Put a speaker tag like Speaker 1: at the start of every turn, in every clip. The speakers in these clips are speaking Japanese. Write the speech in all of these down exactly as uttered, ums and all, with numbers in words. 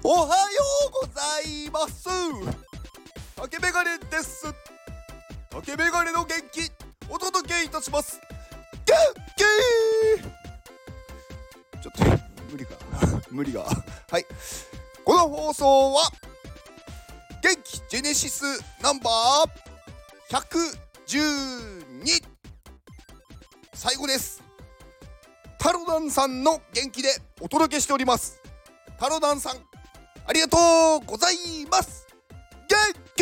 Speaker 1: おはようございます。竹メガネです。竹メガネの元気お届けいたします。元気ちょっと無理か無理がはい、この放送は元気ジェネシスナンバーひゃくじゅうに最後です。タロダンさんの元気でお届けしております。タロダンさんありがとうございます。元気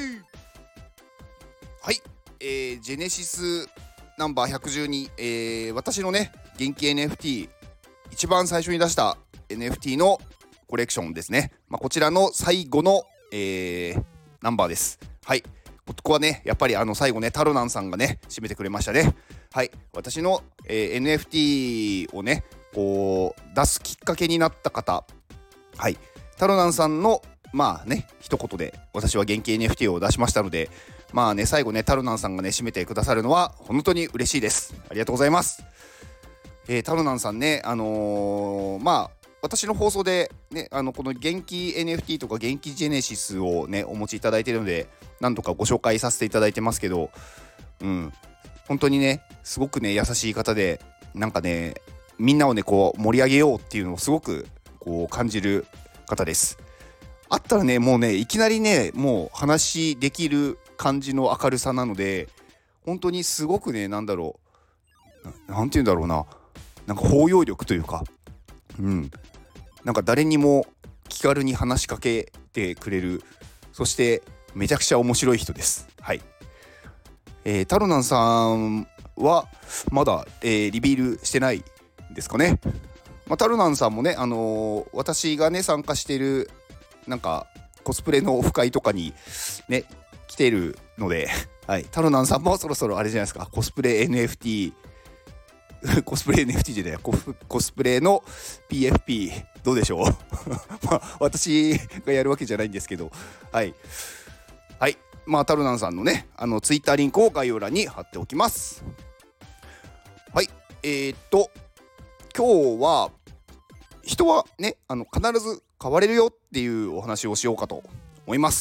Speaker 1: はい、えー、ジェネシスナンバーひゃくじゅうに、えー、私のね元気 エヌエフティー 一番最初に出した エヌエフティー のコレクションですね、まあ、こちらの最後の、えー、ナンバーです。はい、ここはねやっぱりあの最後ねタロナンさんがね締めてくれましたね。はい、私の、えー、エヌエフティー をねこう出すきっかけになった方、はいタロナンさんのまあね一言で私は元気 エヌエフティー を出しましたので、まあね最後ねタロナンさんがね締めてくださるのは本当に嬉しいです。ありがとうございます。えー、タロナンさんねあのー、まあ私の放送でねあのこの元気 エヌエフティー とか元気ジェネシスをねお持ちいただいているので何度かご紹介させていただいてますけど、うん本当にねすごくね優しい方で、なんかねみんなをねこう盛り上げようっていうのをすごくこう感じる方です。あったらねもうねいきなりねもう話できる感じの明るさなので、本当にすごくねなんだろう な, なんて言うんだろうななんか包容力というか、うんなんか誰にも気軽に話しかけてくれる、そしてめちゃくちゃ面白い人です。はい、えー、タロナンさんはまだ、えー、リビールしてないですかね。まあ、タロナンさんもね、あのー、私がね参加しているなんかコスプレのオフ会とかにね来てるので、はい、タロナンさんもそろそろあれじゃないですか、コスプレ エヌエフティー コスプレ エヌエフティー じゃないコス、コスプレの ピーエフピー どうでしょうまあ私がやるわけじゃないんですけど、はいはいまあタロナンさんのねあのツイッターリンクを概要欄に貼っておきます。はいえー、っと今日は人はねあの必ず変われるよっていうお話をしようかと思います。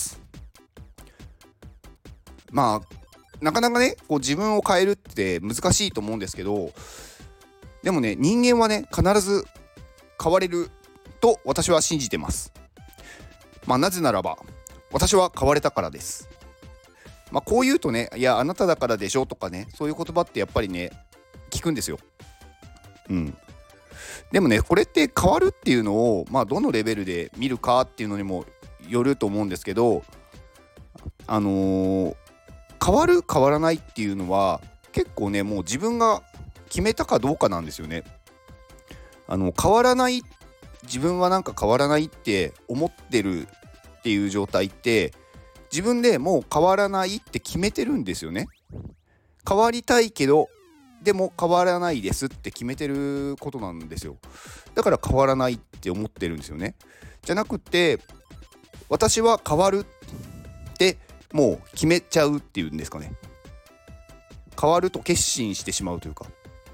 Speaker 1: まあなかなかねこう自分を変えるって難しいと思うんですけど、でもね人間はね必ず変われると私は信じてます。まあなぜならば私は変われたからです。まあこう言うとねいやあなただからでしょとかねそういう言葉ってやっぱりね聞くんですよ。うんでもねこれって変わるっていうのをまあどのレベルで見るかっていうのにもよると思うんですけど、あのー、変わる変わらないっていうのは結構ねもう自分が決めたかどうかなんですよね。あの変わらない自分はなんか変わらないって思ってるっていう状態って自分でもう変わらないって決めてるんですよね。変わりたいけどでも変わらないですって決めてることなんですよ。だから変わらないって思ってるんですよね。じゃなくて私は変わるってもう決めちゃうっていうんですかね。変わると決心してしまうというか。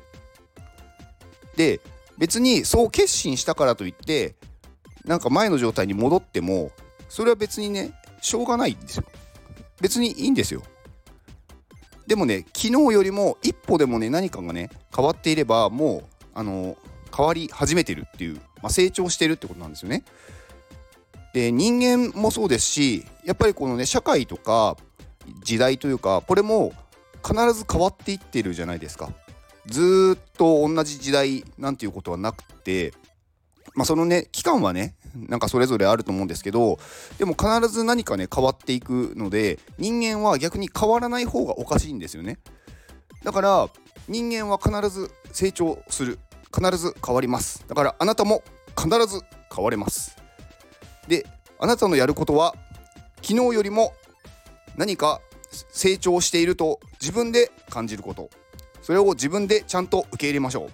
Speaker 1: で別にそう決心したからといってなんか前の状態に戻ってもそれは別にねしょうがないんですよ。別にいいんですよ。でもね昨日よりも一歩でもね何かがね変わっていればもうあの変わり始めてるっていう、まあ、成長してるってことなんですよね。で人間もそうですしやっぱりこのね社会とか時代というかこれも必ず変わっていってるじゃないですか。ずーっと同じ時代なんていうことはなくて、まあそのね期間はねなんかそれぞれあると思うんですけど、でも必ず何かね変わっていくので人間は逆に変わらない方がおかしいんですよね。だから人間は必ず成長する、必ず変わります。だからあなたも必ず変われます。であなたのやることは昨日よりも何か成長していると自分で感じること、それを自分でちゃんと受け入れましょう。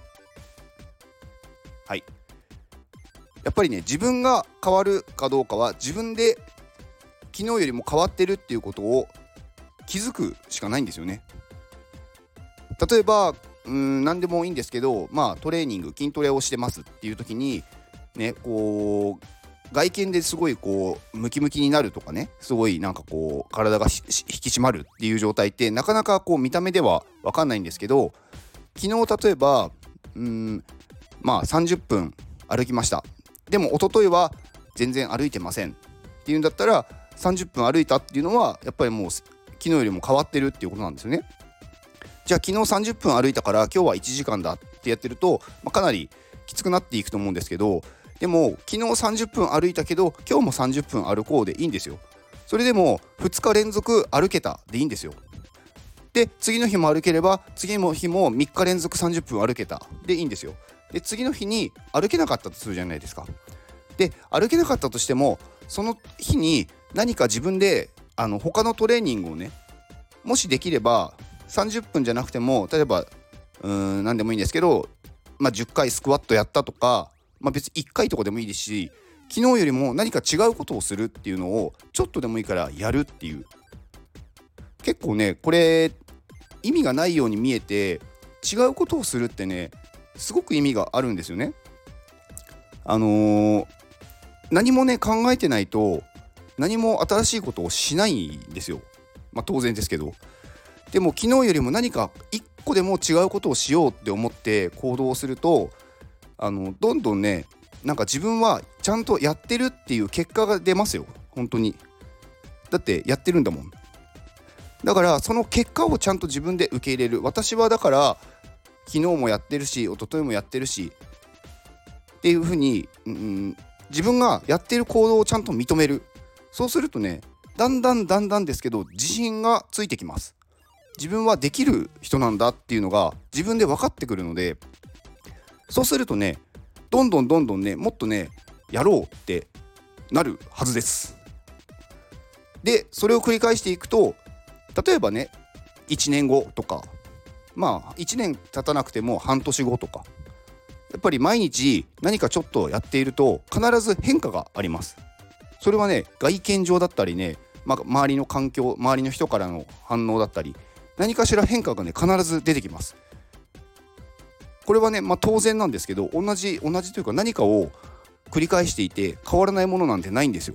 Speaker 1: はいやっぱりね自分が変わるかどうかは自分で昨日よりも変わってるっていうことを気づくしかないんですよね。例えばうーん何でもいいんですけど、まあトレーニング筋トレをしてますっていう時にねこう外見ですごいこうムキムキになるとかね、すごいなんかこう体が引き締まるっていう状態ってなかなかこう見た目では分かんないんですけど、昨日例えばうーんまあさんじゅっぷん歩きました。でも一昨日は全然歩いてませんっていうんだったら、さんじゅっぷん歩いたっていうのはやっぱりもう昨日よりも変わってるっていうことなんですよね。じゃあ昨日さんじゅっぷん歩いたから今日はいちじかんだってやってると、まあ、かなりきつくなっていくと思うんですけど、でも昨日さんじゅっぷん歩いたけど今日もさんじゅっぷん歩こうでいいんですよ。それでもふつか連続歩けたでいいんですよ。で次の日も歩ければ次の日もみっか連続さんじゅっぷん歩けたでいいんですよ。で次の日に歩けなかったとするじゃないですか。で歩けなかったとしてもその日に何か自分であの他のトレーニングをね、もしできればさんじゅっぷんじゃなくても例えばうーん何でもいいんですけど、まあ、じゅっかいスクワットやったとか、まあ、別にいっかいとかでもいいですし、昨日よりも何か違うことをするっていうのをちょっとでもいいからやるっていう、結構ねこれ意味がないように見えて違うことをするってねすごく意味があるんですよね。あのー、何もね考えてないと何も新しいことをしないんですよ。まあ当然ですけど、でも昨日よりも何か一個でも違うことをしようって思って行動すると、あのどんどんねなんか自分はちゃんとやってるっていう結果が出ますよ。本当にだってやってるんだもん。だからその結果をちゃんと自分で受け入れる。私はだから昨日もやってるし一昨日もやってるしっていうふうに、うん、自分がやってる行動をちゃんと認める。そうするとねだんだんだんだんですけど自信がついてきます。自分はできる人なんだっていうのが自分で分かってくるので、そうするとねどんどんどんどんねもっとねやろうってなるはずです。でそれを繰り返していくと、例えばねいちねんごとか、まあいちねん経たなくても半年後とか、やっぱり毎日何かちょっとやっていると必ず変化があります。それはね外見上だったりね、まあ、周りの環境周りの人からの反応だったり何かしら変化がね必ず出てきます。これはね、まあ、当然なんですけど、同じ同じというか何かを繰り返していて変わらないものなんてないんですよ。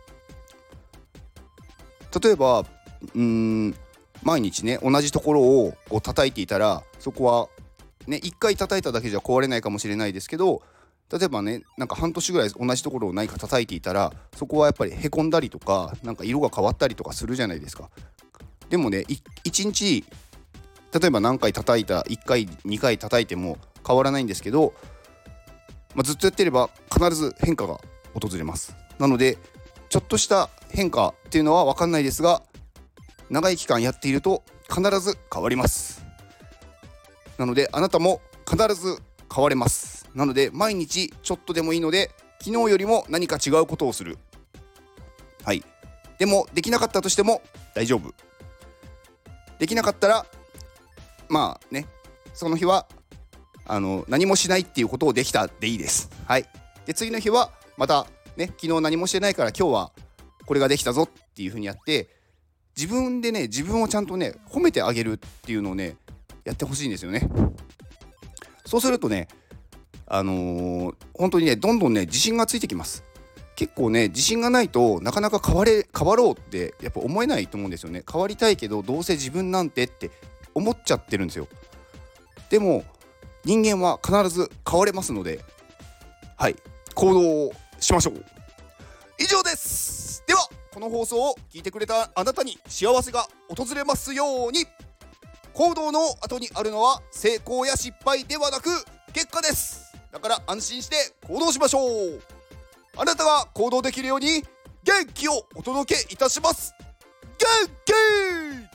Speaker 1: 例えばうーん毎日ね同じところをこう叩いていたら、そこはねいっかい叩いただけじゃ壊れないかもしれないですけど、例えばねなんか半年ぐらい同じところを何か叩いていたら、そこはやっぱりへこんだりとかなんか色が変わったりとかするじゃないですか。でもねいいちにち例えば何回叩いたいっかいにかい叩いても変わらないんですけど、まあ、ずっとやってれば必ず変化が訪れます。なのでちょっとした変化っていうのは分かんないですが、長い期間やっていると必ず変わります。なのであなたも必ず変われます。なので毎日ちょっとでもいいので昨日よりも何か違うことをする。はい。でもできなかったとしても大丈夫。できなかったらまあねその日はあの何もしないっていうことをできたでいいです。はい。で次の日はまたね昨日何もしてないから今日はこれができたぞっていう風にやって、自分でね自分をちゃんとね褒めてあげるっていうのをねやってほしいんですよね。そうするとねあのー、本当にねどんどんね自信がついてきます。結構ね自信がないとなかなか変われ変わろうってやっぱ思えないと思うんですよね。変わりたいけどどうせ自分なんてって思っちゃってるんですよ。でも人間は必ず変われますので、はい行動をしましょう。以上です。ではこの放送を聞いてくれたあなたに幸せが訪れますように。行動の後にあるのは成功や失敗ではなく結果です。だから安心して行動しましょう。あなたが行動できるように元気をお届けいたします。元気